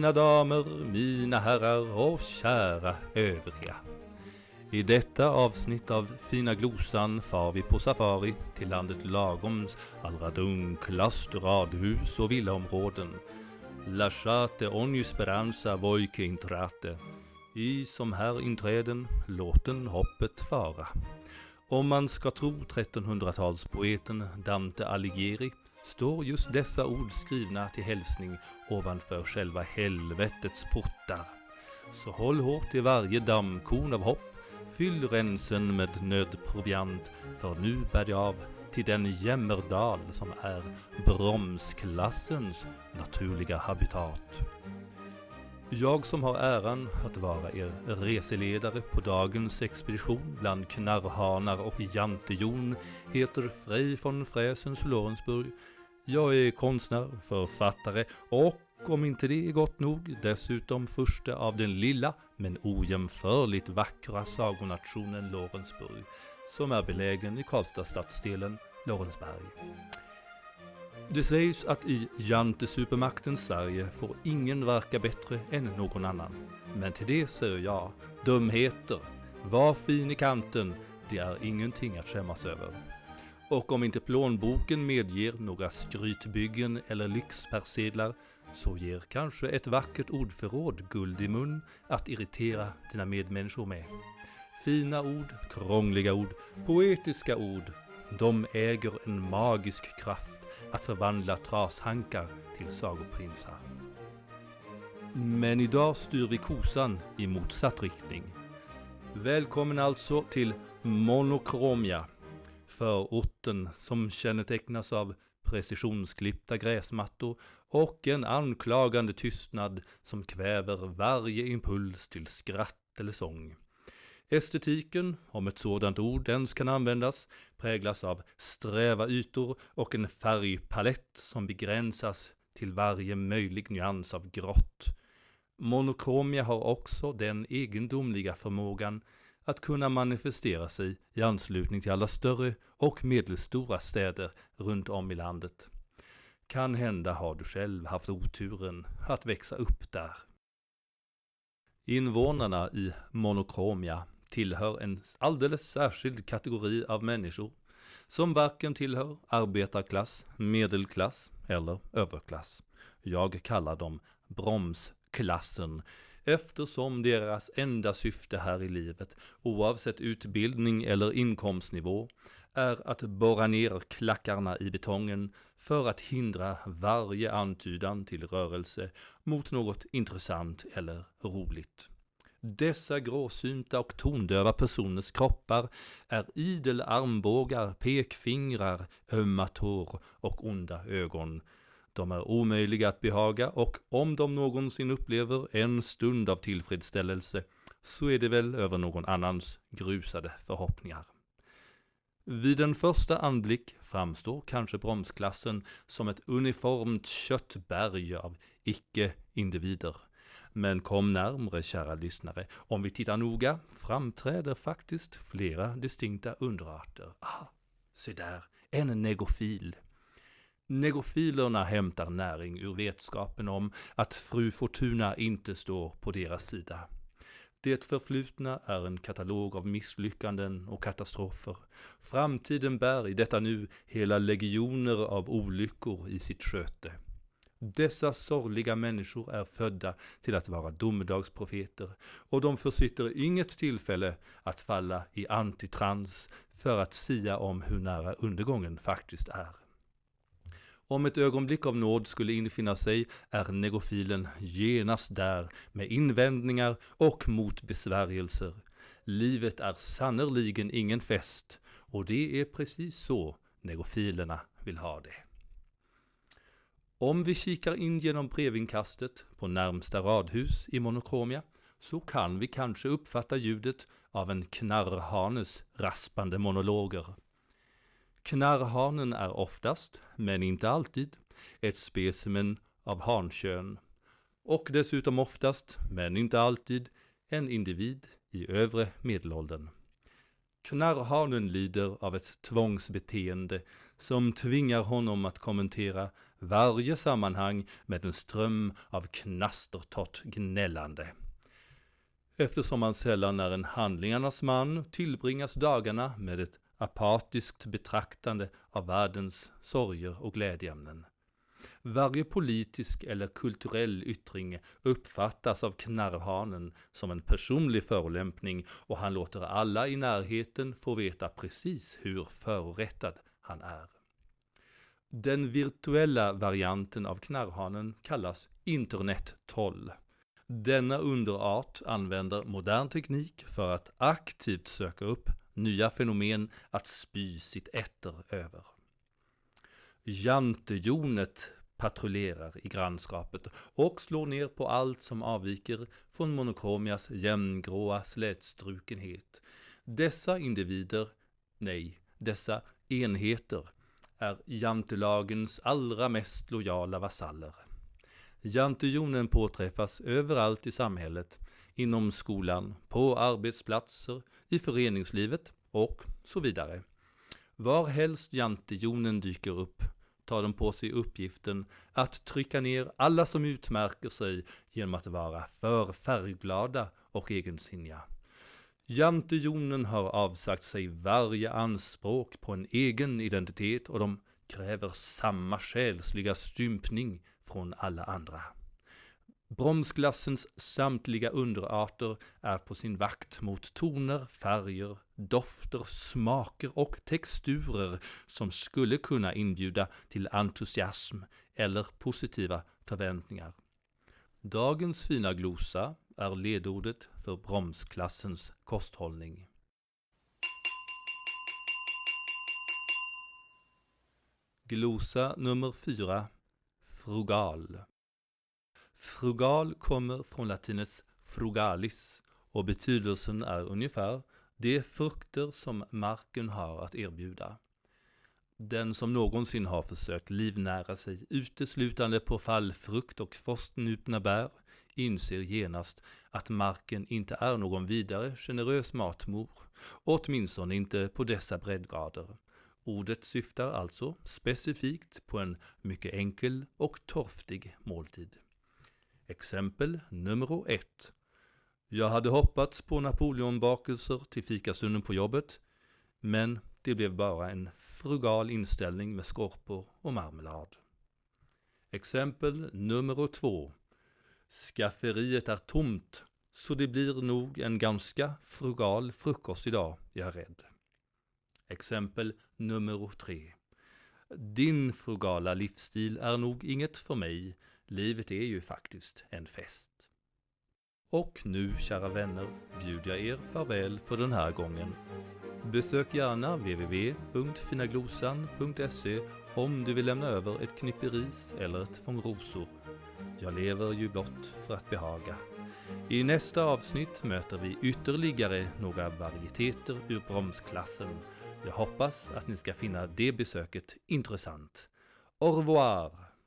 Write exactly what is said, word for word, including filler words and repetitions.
Mina damer, mina herrar och kära övriga. I detta avsnitt av Fina Glosan far vi på safari till landet Lagoms allra dunklaste radhus och villaområden. Lasciate ogni speranza voi che intrate. I som här inträden, låten hoppet fara. Om man ska tro trettonhundratalspoeten Dante Alighieri står just dessa ord skrivna till hälsning ovanför själva helvetets portar. Så håll hårt i varje dammkorn av hopp, fyll rensen med nödproviant, för nu bär jag av till den jämmerdal som är bromsklassens naturliga habitat. Jag som har äran att vara er reseledare på dagens expedition bland knarrhanar och jantejon heter Frej von Fräsens Lorensburg. Jag är konstnär, författare och, om inte det är gott nog, dessutom första av den lilla men ojämförligt vackra sagonationen Lorensburg, som är belägen i Karlstad stadsdelen Lorensberg. Det sägs att i jantesupermakten Sverige får ingen verka bättre än någon annan. Men till det säger jag, dumheter, var fin i kanten, det är ingenting att skämmas över. Och om inte plånboken medger några skrytbyggen eller lyxpersedlar, så ger kanske ett vackert ordförråd guld i mun att irritera dina medmänniskor med. Fina ord, krångliga ord, poetiska ord, de äger en magisk kraft att förvandla trashankar till sagoprinsar. Men idag styr vi kosan i motsatt riktning. Välkommen alltså till Monokromia, förorten som kännetecknas av precisionsklippta gräsmattor och en anklagande tystnad som kväver varje impuls till skratt eller sång. Estetiken, om ett sådant ord ens kan användas, präglas av sträva ytor och en färgpalett som begränsas till varje möjlig nyans av grått. Monokromia har också den egendomliga förmågan att kunna manifestera sig i anslutning till alla större och medelstora städer runt om i landet. Kan hända har du själv haft oturen att växa upp där. Invånarna i Monokromia tillhör en alldeles särskild kategori av människor som varken tillhör arbetarklass, medelklass eller överklass. Jag kallar dem bromsklassen, eftersom deras enda syfte här i livet, oavsett utbildning eller inkomstnivå, är att borra ner klackarna i betongen för att hindra varje antydan till rörelse mot något intressant eller roligt. Dessa gråsynta och tondöva personers kroppar är idel armbågar, pekfingrar, ömma tår och onda ögon. De är omöjliga att behaga, och om de någonsin upplever en stund av tillfredsställelse så är det väl över någon annans grusade förhoppningar. Vid en första anblick framstår kanske bromsklassen som ett uniformt köttberg av icke-individer. Men kom närmre, kära lyssnare. Om vi tittar noga framträder faktiskt flera distinkta underarter. Ah, se där, en negofil. Negofilerna hämtar näring ur vetskapen om att fru Fortuna inte står på deras sida. Det förflutna är en katalog av misslyckanden och katastrofer. Framtiden bär i detta nu hela legioner av olyckor i sitt sköte. Dessa sorgliga människor är födda till att vara domedagsprofeter, och de försitter inget tillfälle att falla i antitrans för att sia om hur nära undergången faktiskt är. Om ett ögonblick av nåd skulle infinna sig är negofilen genast där med invändningar och motbesvärjelser. Livet är sannerligen ingen fest, och det är precis så negofilerna vill ha det. Om vi kikar in genom brevinkastet på närmsta radhus i Monokromia så kan vi kanske uppfatta ljudet av en knarrhanes raspande monologer. Knarrhanen är oftast, men inte alltid, ett specimen av hankön, och dessutom oftast, men inte alltid, en individ i övre medelåldern. Knarrhanen lider av ett tvångsbeteende som tvingar honom att kommentera varje sammanhang med en ström av knastertott gnällande. Eftersom han sällan är en handlingarnas man tillbringas dagarna med ett apatiskt betraktande av världens sorger och glädjeämnen. Varje politisk eller kulturell yttring uppfattas av knarrhanen som en personlig förolämpning och han låter alla i närheten få veta precis hur förorättad han är. Den virtuella varianten av knarrhanen kallas internettroll. Denna underart använder modern teknik för att aktivt söka upp nya fenomen att spy sitt ätter över. Jantejonet patrullerar i grannskapet och slår ner på allt som avviker från monokromias jämngråa slätstrukenhet. Dessa individer, nej, dessa enheter är jantelagens allra mest lojala vasaller. Jantejonen påträffas överallt i samhället, inom skolan, på arbetsplatser, i föreningslivet och så vidare. Var helst jantejonen dyker upp tar de på sig uppgiften att trycka ner alla som utmärker sig genom att vara för färgglada och egensinniga. Jantejonen har avsagt sig varje anspråk på en egen identitet och de kräver samma själsliga stympning från alla andra. Bromsklassens samtliga underarter är på sin vakt mot toner, färger, dofter, smaker och texturer som skulle kunna inbjuda till entusiasm eller positiva förväntningar. Dagens fina glosa är ledordet för bromsklassens kosthållning. Glosa nummer fyra. Frugal. Frugal kommer från latinets frugalis och betydelsen är ungefär de frukter som marken har att erbjuda. Den som någonsin har försökt livnära sig uteslutande på fallfrukt och frostnupna bär inser genast att marken inte är någon vidare generös matmor, åtminstone inte på dessa breddgrader. Ordet syftar alltså specifikt på en mycket enkel och torftig måltid. Exempel nummer ett. Jag hade hoppats på napoleonbakelser till fikastunden på jobbet, men det blev bara en frugal inställning med skorpor och marmelad. Exempel nummer två. Skafferiet är tomt, så det blir nog en ganska frugal frukost idag, jag är rädd. Exempel nummer tre. Din frugala livsstil är nog inget för mig. Livet är ju faktiskt en fest. Och nu, kära vänner, bjuder jag er farväl för den här gången. Besök gärna w w w punkt finaglosan punkt se om du vill lämna över ett knippe ris eller ett fång rosor. Jag lever ju blott för att behaga. I nästa avsnitt möter vi ytterligare några varieteter ur bromsklassen. Jag hoppas att ni ska finna det besöket intressant. Au revoir!